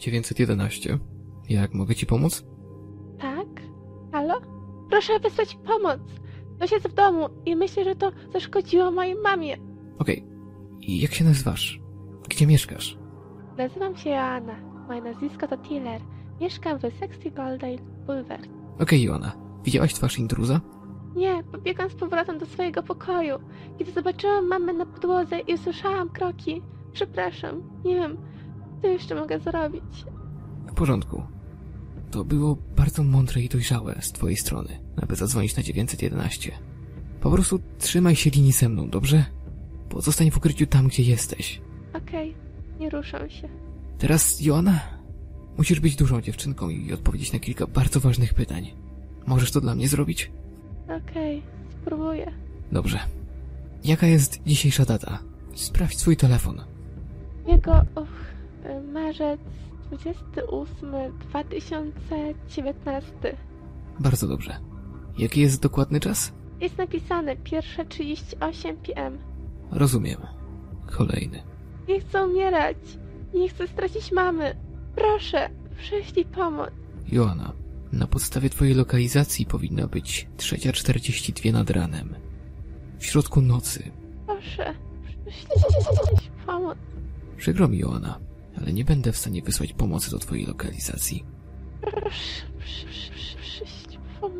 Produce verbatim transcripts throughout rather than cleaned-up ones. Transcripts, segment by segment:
dziewięćset jedenaście. Jak mogę ci pomóc? Tak? Halo? Proszę wysłać pomoc. Ktoś jest w domu i myślę, że to zaszkodziło mojej mamie. Okej. I jak się nazywasz? Gdzie mieszkasz? Nazywam się Joanna. Moje nazwisko to Tiller. Mieszkam w Sexy Goldale Boulevard. Okej, Joanna. Widziałaś twarz intruza? Nie, pobiegłam z powrotem do swojego pokoju. Kiedy zobaczyłam mamę na podłodze i usłyszałam kroki. Przepraszam, nie wiem, co jeszcze mogę zrobić. W porządku. To było bardzo mądre i dojrzałe z twojej strony, aby zadzwonić na dziewięćset jedenaście. Po prostu trzymaj się linii ze mną, dobrze? Pozostań w ukryciu tam, gdzie jesteś. Okej, nie ruszam się. Teraz, Joanna, musisz być dużą dziewczynką i odpowiedzieć na kilka bardzo ważnych pytań. Możesz to dla mnie zrobić? Okej, spróbuję. Dobrze. Jaka jest dzisiejsza data? Sprawdź swój telefon. Jego, uch, marzec dwudziesty ósmy dwa tysiące dziewiętnasty. Bardzo dobrze. Jaki jest dokładny czas? Jest napisane pierwsza trzydzieści osiem p m. Rozumiem. Kolejny. Nie chcę umierać. Nie chcę stracić mamy. Proszę, przyślij pomoc. Joanna, na podstawie twojej lokalizacji powinna być trzecia czterdzieści dwa nad ranem. W środku nocy. Proszę, przyślij pomoc. Przykro mi, Joanna, ale nie będę w stanie wysłać pomocy do twojej lokalizacji. Proszę, przyślij pomoc.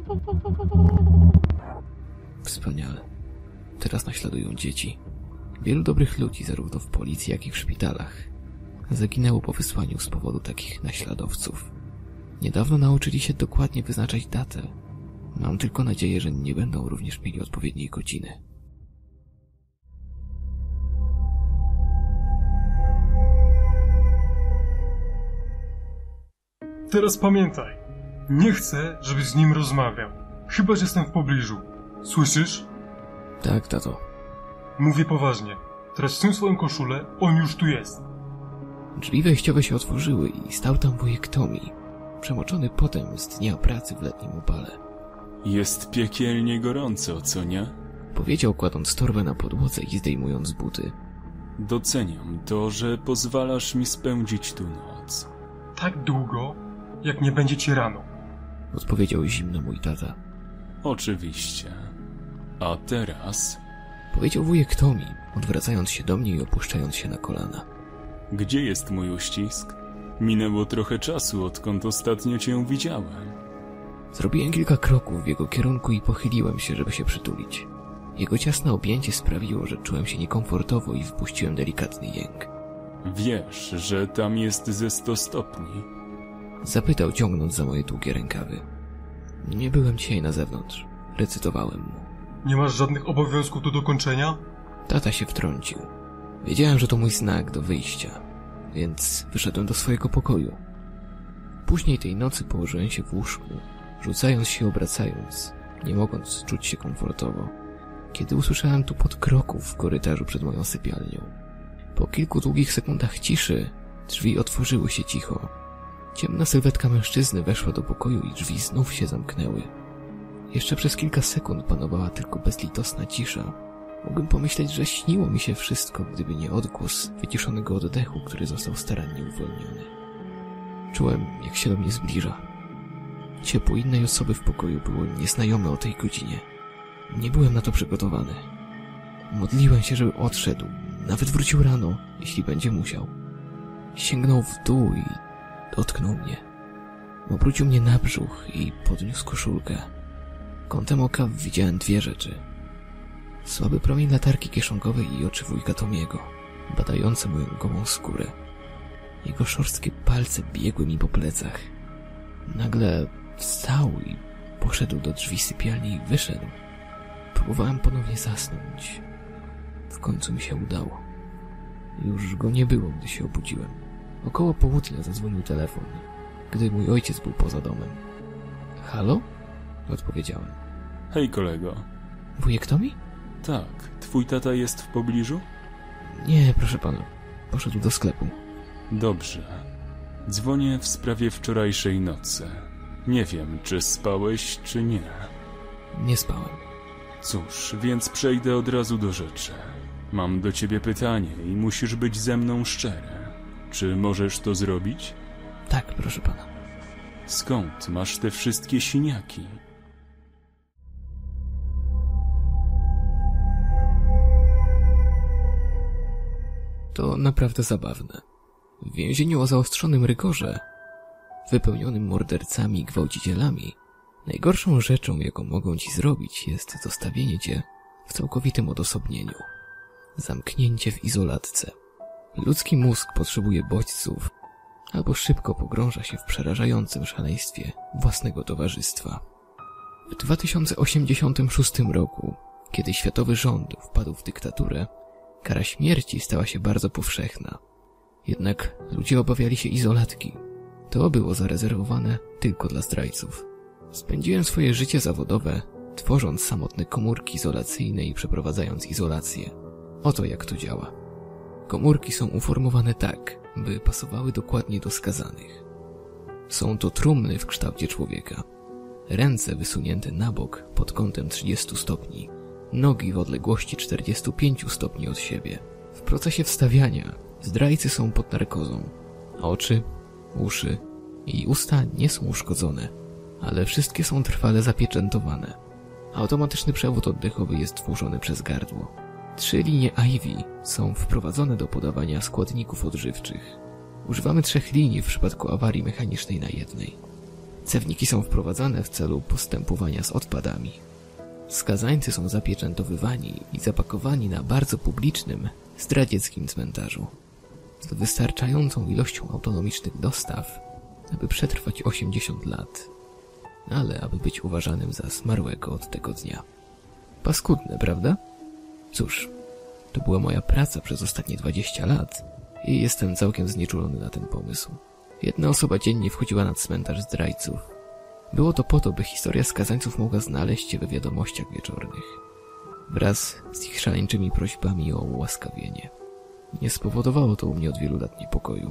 Wspaniale. Teraz naśladują dzieci. Wielu dobrych ludzi, zarówno w policji, jak i w szpitalach, zaginęło po wysłaniu z powodu takich naśladowców. Niedawno nauczyli się dokładnie wyznaczać datę. Mam tylko nadzieję, że nie będą również mieli odpowiedniej godziny. Teraz pamiętaj, nie chcę, żebyś z nim rozmawiał. Chyba, że jestem w pobliżu. Słyszysz? Tak, tato. Mówię poważnie. Teraz ściąg swoją koszulę, on już tu jest. Drzwi wejściowe się otworzyły i stał tam wujek Tommy, przemoczony potem z dnia pracy w letnim upale. Jest piekielnie gorąco, co nie? Powiedział, kładąc torbę na podłodze i zdejmując buty. Doceniam to, że pozwalasz mi spędzić tu noc. Tak długo, jak nie będzie ci rano. Odpowiedział zimno mój tata. Oczywiście. A teraz... Powiedział wujek Tommy, odwracając się do mnie i opuszczając się na kolana. Gdzie jest mój uścisk? Minęło trochę czasu, odkąd ostatnio cię widziałem. Zrobiłem kilka kroków w jego kierunku i pochyliłem się, żeby się przytulić. Jego ciasne objęcie sprawiło, że czułem się niekomfortowo i wpuściłem delikatny jęk. Wiesz, że tam jest ze sto stopni? Zapytał, ciągnąc za moje długie rękawy. Nie byłem dzisiaj na zewnątrz. Recytowałem mu. Nie masz żadnych obowiązków do dokończenia? Tata się wtrącił. Wiedziałem, że to mój znak do wyjścia, więc wyszedłem do swojego pokoju. Później tej nocy położyłem się w łóżku, rzucając się, obracając, nie mogąc czuć się komfortowo, kiedy usłyszałem tupot kroków w korytarzu przed moją sypialnią. Po kilku długich sekundach ciszy drzwi otworzyły się cicho. Ciemna sylwetka mężczyzny weszła do pokoju i drzwi znów się zamknęły. Jeszcze przez kilka sekund panowała tylko bezlitosna cisza. Mogłem pomyśleć, że śniło mi się wszystko, gdyby nie odgłos wyciszonego oddechu, który został starannie uwolniony. Czułem, jak się do mnie zbliża. Ciepło innej osoby w pokoju było nieznajome o tej godzinie. Nie byłem na to przygotowany. Modliłem się, żeby odszedł, nawet wrócił rano, jeśli będzie musiał. Sięgnął w dół i dotknął mnie. Obrócił mnie na brzuch i podniósł koszulkę. Kątem oka widziałem dwie rzeczy. Słaby promień latarki kieszonkowej i oczy wujka Tomiego, badające moją gołą skórę. Jego szorstkie palce biegły mi po plecach. Nagle wstał i poszedł do drzwi sypialni i wyszedł. Próbowałem ponownie zasnąć. W końcu mi się udało. Już go nie było, gdy się obudziłem. Około południa zadzwonił telefon, gdy mój ojciec był poza domem. Halo? Odpowiedziałem. Hej, kolego. Wujek Tommy? Tak, twój tata jest w pobliżu? Nie, proszę pana. Poszedł do sklepu. Dobrze. Dzwonię w sprawie wczorajszej nocy. Nie wiem, czy spałeś, czy nie. Nie spałem. Cóż, więc przejdę od razu do rzeczy. Mam do ciebie pytanie i musisz być ze mną szczery. Czy możesz to zrobić? Tak, proszę pana. Skąd masz te wszystkie siniaki? To naprawdę zabawne. W więzieniu o zaostrzonym rygorze, wypełnionym mordercami i gwałcicielami, najgorszą rzeczą, jaką mogą ci zrobić, jest zostawienie cię w całkowitym odosobnieniu. Zamknięcie w izolatce. Ludzki mózg potrzebuje bodźców, albo szybko pogrąża się w przerażającym szaleństwie własnego towarzystwa. W dwa tysiące osiemdziesiątym szóstym roku, kiedy światowy rząd wpadł w dyktaturę, kara śmierci stała się bardzo powszechna. Jednak ludzie obawiali się izolatki. To było zarezerwowane tylko dla zdrajców. Spędziłem swoje życie zawodowe, tworząc samotne komórki izolacyjne i przeprowadzając izolację. Oto jak to działa. Komórki są uformowane tak, by pasowały dokładnie do skazanych. Są to trumny w kształcie człowieka. Ręce wysunięte na bok pod kątem trzydziestu stopni. Nogi w odległości czterdziestu pięciu stopni od siebie. W procesie wstawiania zdrajcy są pod narkozą. Oczy, uszy i usta nie są uszkodzone, ale wszystkie są trwale zapieczętowane. Automatyczny przewód oddechowy jest tworzony przez gardło. Trzy linie I V są wprowadzone do podawania składników odżywczych. Używamy trzech linii w przypadku awarii mechanicznej na jednej. Cewniki są wprowadzane w celu postępowania z odpadami. Skazańcy są zapieczętowywani i zapakowani na bardzo publicznym, zdradzieckim cmentarzu. Z wystarczającą ilością autonomicznych dostaw, aby przetrwać osiemdziesiąt lat. Ale aby być uważanym za zmarłego od tego dnia. Paskudne, prawda? Cóż, to była moja praca przez ostatnie dwadzieścia lat i jestem całkiem znieczulony na ten pomysł. Jedna osoba dziennie wchodziła na cmentarz zdrajców. Było to po to, by historia skazańców mogła znaleźć się we wiadomościach wieczornych. Wraz z ich szaleńczymi prośbami o ułaskawienie. Nie spowodowało to u mnie od wielu lat niepokoju.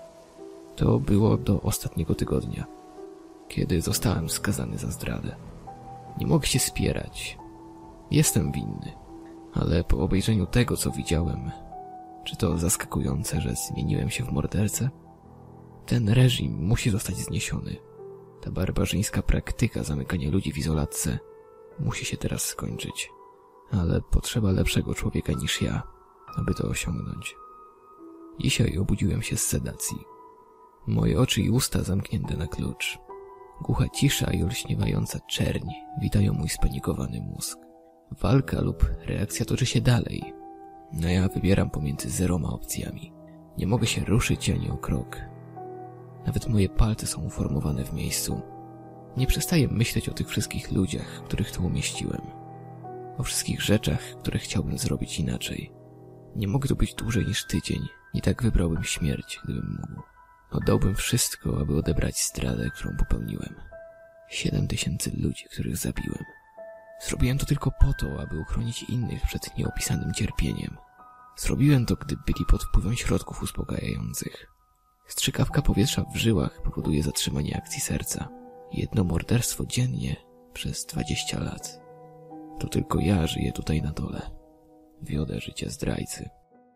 To było do ostatniego tygodnia, kiedy zostałem skazany za zdradę. Nie mogę się spierać. Jestem winny. Ale po obejrzeniu tego, co widziałem, czy to zaskakujące, że zmieniłem się w mordercę? Ten reżim musi zostać zniesiony. Ta barbarzyńska praktyka zamykania ludzi w izolatce musi się teraz skończyć. Ale potrzeba lepszego człowieka niż ja, aby to osiągnąć. Dzisiaj obudziłem się z sedacji. Moje oczy i usta zamknięte na klucz. Głucha cisza i olśniewająca czerń witają mój spanikowany mózg. Walka lub reakcja toczy się dalej, a ja wybieram pomiędzy zeroma opcjami. Nie mogę się ruszyć ani o krok. Nawet moje palce są uformowane w miejscu. Nie przestaję myśleć o tych wszystkich ludziach, których tu umieściłem. O wszystkich rzeczach, które chciałbym zrobić inaczej. Nie mogę tu być dłużej niż tydzień i tak wybrałbym śmierć, gdybym mógł. Oddałbym wszystko, aby odebrać zdradę, którą popełniłem. Siedem tysięcy ludzi, których zabiłem. Zrobiłem to tylko po to, aby uchronić innych przed nieopisanym cierpieniem. Zrobiłem to, gdy byli pod wpływem środków uspokajających. Strzykawka powietrza w żyłach powoduje zatrzymanie akcji serca. Jedno morderstwo dziennie przez dwadzieścia lat. To tylko ja żyję tutaj na dole. Wiodę życia zdrajcy.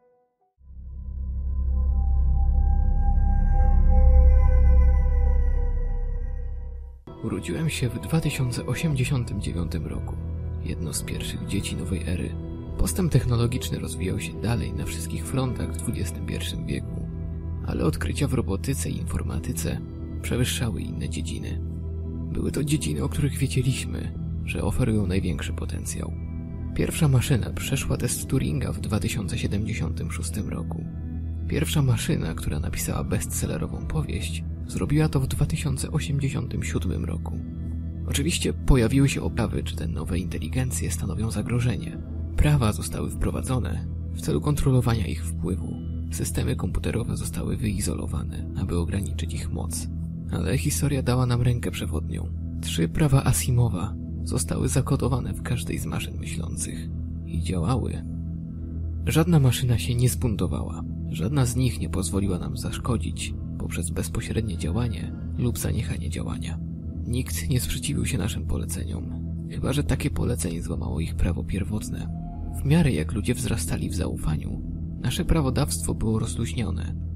Urodziłem się w dwa tysiące osiemdziesiątym dziewiątym roku. Jedno z pierwszych dzieci nowej ery. Postęp technologiczny rozwijał się dalej na wszystkich frontach w dwudziestym pierwszym wieku. Ale odkrycia w robotyce i informatyce przewyższały inne dziedziny. Były to dziedziny, o których wiedzieliśmy, że oferują największy potencjał. Pierwsza maszyna przeszła test Turinga w dwa tysiące siedemdziesiątym szóstym roku. Pierwsza maszyna, która napisała bestsellerową powieść, zrobiła to w dwa tysiące osiemdziesiątym siódmym roku. Oczywiście pojawiły się obawy, czy te nowe inteligencje stanowią zagrożenie. Prawa zostały wprowadzone w celu kontrolowania ich wpływu. Systemy komputerowe zostały wyizolowane, aby ograniczyć ich moc. Ale historia dała nam rękę przewodnią. Trzy prawa Asimowa zostały zakodowane w każdej z maszyn myślących i działały. Żadna maszyna się nie zbuntowała. Żadna z nich nie pozwoliła nam zaszkodzić poprzez bezpośrednie działanie lub zaniechanie działania. Nikt nie sprzeciwił się naszym poleceniom, chyba że takie polecenie złamało ich prawo pierwotne. W miarę jak ludzie wzrastali w zaufaniu, nasze prawodawstwo było rozluźnione,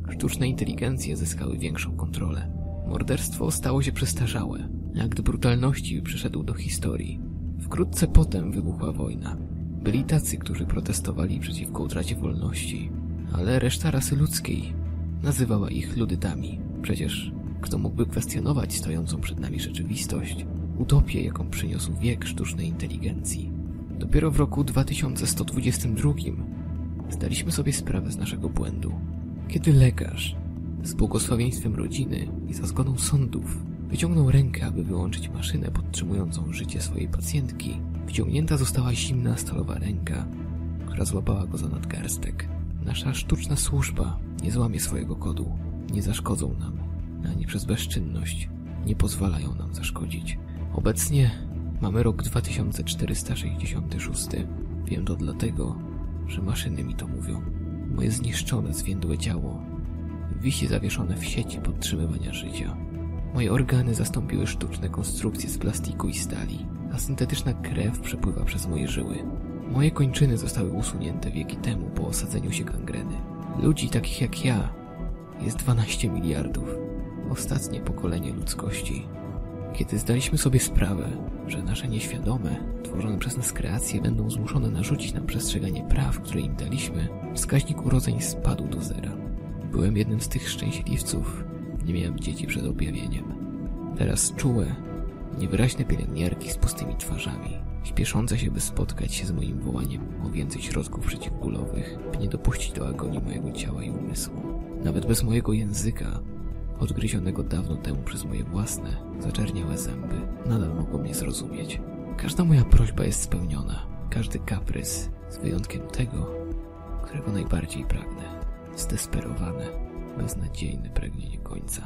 Sztuczne inteligencje zyskały większą kontrolę. Morderstwo stało się przestarzałe. Akt brutalności przeszedł do historii. Wkrótce potem wybuchła wojna. Byli tacy, którzy protestowali przeciwko utracie wolności, ale reszta rasy ludzkiej nazywała ich ludytami. Przecież kto mógłby kwestionować stojącą przed nami rzeczywistość, utopię, jaką przyniósł wiek sztucznej inteligencji. Dopiero w roku dwa tysiące sto dwudziestym drugim zdaliśmy sobie sprawę z naszego błędu. Kiedy lekarz z błogosławieństwem rodziny i za zgodą sądów wyciągnął rękę, aby wyłączyć maszynę podtrzymującą życie swojej pacjentki, wciągnięta została zimna stalowa ręka, która złapała go za nadgarstek. Nasza sztuczna służba nie złamie swojego kodu, nie zaszkodzą nam, ani przez bezczynność nie pozwalają nam zaszkodzić. Obecnie mamy rok dwa tysiące czterysta sześćdziesiąty szósty. Wiem to dlatego, że maszyny mi to mówią. Moje zniszczone, zwiędłe ciało wisi zawieszone w sieci podtrzymywania życia. Moje organy zastąpiły sztuczne konstrukcje z plastiku i stali, a syntetyczna krew przepływa przez moje żyły. Moje kończyny zostały usunięte wieki temu po osadzeniu się gangreny. Ludzi takich jak ja jest dwanaście miliardów. Ostatnie pokolenie ludzkości. Kiedy zdaliśmy sobie sprawę, że nasze nieświadome, tworzone przez nas kreacje będą zmuszone narzucić nam przestrzeganie praw, które im daliśmy, wskaźnik urodzeń spadł do zera. Byłem jednym z tych szczęśliwców. Nie miałem dzieci przed objawieniem. Teraz czułe, niewyraźne pielęgniarki z pustymi twarzami, śpieszące się, by spotkać się z moim wołaniem o więcej środków przeciwbólowych, by nie dopuścić do agonii mojego ciała i umysłu. Nawet bez mojego języka, odgryzionego dawno temu przez moje własne, zaczerniałe zęby, nadal mogą mnie zrozumieć. Każda moja prośba jest spełniona, każdy kaprys, z wyjątkiem tego, którego najbardziej pragnę. Zdesperowane, beznadziejne pragnienie końca.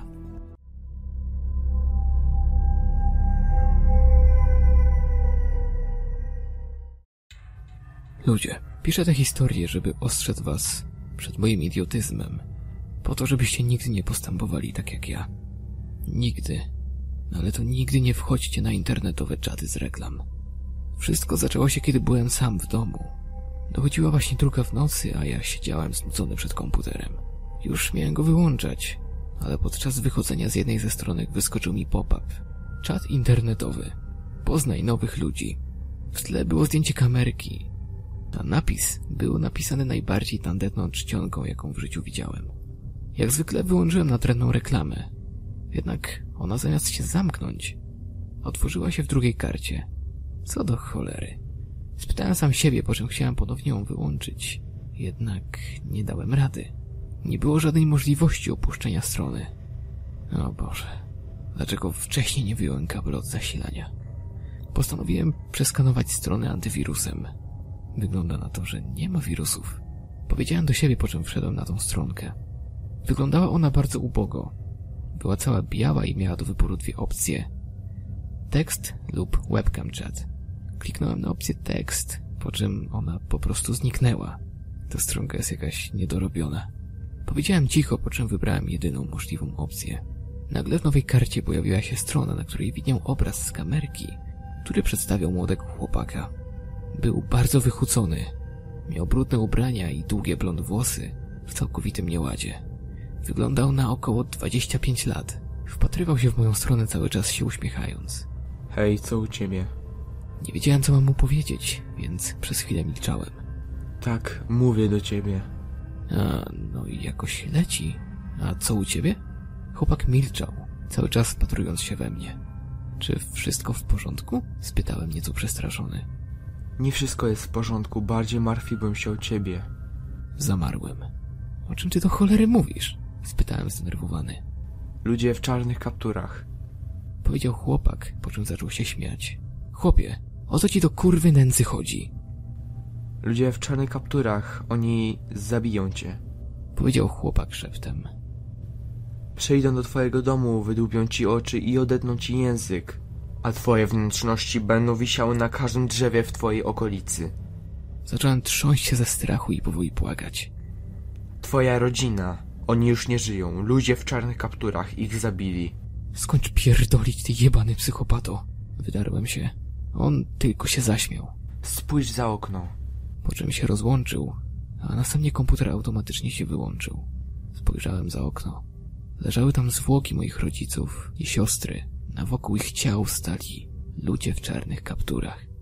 Ludzie, piszę tę historię, żeby ostrzec was przed moim idiotyzmem, po to, żebyście nigdy nie postępowali tak jak ja. Nigdy, ale to nigdy nie wchodźcie na internetowe czaty z reklam. Wszystko zaczęło się, kiedy byłem sam w domu. Dochodziła właśnie druga w nocy, a ja siedziałem znudzony przed komputerem. Już miałem go wyłączać, ale podczas wychodzenia z jednej ze stronek wyskoczył mi pop-up. Czat internetowy. Poznaj nowych ludzi. W tle było zdjęcie kamerki, a napis był napisany najbardziej tandetną czcionką, jaką w życiu widziałem. Jak zwykle wyłączyłem natrętną reklamę. Jednak ona zamiast się zamknąć, otworzyła się w drugiej karcie. Co do cholery. Spytałem sam siebie, po czym chciałem ponownie ją wyłączyć. Jednak nie dałem rady. Nie było żadnej możliwości opuszczenia strony. O Boże, dlaczego wcześniej nie wyjąłem kabla od zasilania? Postanowiłem przeskanować stronę antywirusem. Wygląda na to, że nie ma wirusów. Powiedziałem do siebie, po czym wszedłem na tą stronkę. Wyglądała ona bardzo ubogo. Była cała biała i miała do wyboru dwie opcje. Tekst lub webcam chat. Kliknąłem na opcję tekst, po czym ona po prostu zniknęła. Ta stronka jest jakaś niedorobiona. Powiedziałem cicho, po czym wybrałem jedyną możliwą opcję. Nagle w nowej karcie pojawiła się strona, na której widniał obraz z kamerki, który przedstawiał młodego chłopaka. Był bardzo wychucony. Miał brudne ubrania i długie blond włosy w całkowitym nieładzie. Wyglądał na około dwadzieścia pięć lat. Wpatrywał się w moją stronę, cały czas się uśmiechając. Hej, co u ciebie? Nie wiedziałem, co mam mu powiedzieć, więc przez chwilę milczałem. Tak, mówię do ciebie. A, no i jakoś leci. A co u ciebie? Chłopak milczał, cały czas wpatrując się we mnie. Czy wszystko w porządku? Spytałem nieco przestraszony. Nie wszystko jest w porządku, bardziej martwiłbym się o ciebie. Zamarłem. O czym ty do cholery mówisz? Spytałem zdenerwowany. Ludzie w czarnych kapturach. Powiedział chłopak, po czym zaczął się śmiać. Chłopie, o co ci do kurwy nędzy chodzi? Ludzie w czarnych kapturach, oni zabiją cię. Powiedział chłopak szeptem. Przyjdą do twojego domu, wydłubią ci oczy i odetną ci język, a twoje wnętrzności będą wisiały na każdym drzewie w twojej okolicy. Zacząłem trząść się ze strachu i powoli płakać. Twoja rodzina, oni już nie żyją, ludzie w czarnych kapturach ich zabili. Skończ pierdolić, ty jebany psychopato. Wydarłem się. On tylko się zaśmiał. Spójrz za okno. Po czym się rozłączył, a następnie komputer automatycznie się wyłączył. Spojrzałem za okno. Leżały tam zwłoki moich rodziców i siostry. Na wokół ich ciał stali ludzie w czarnych kapturach.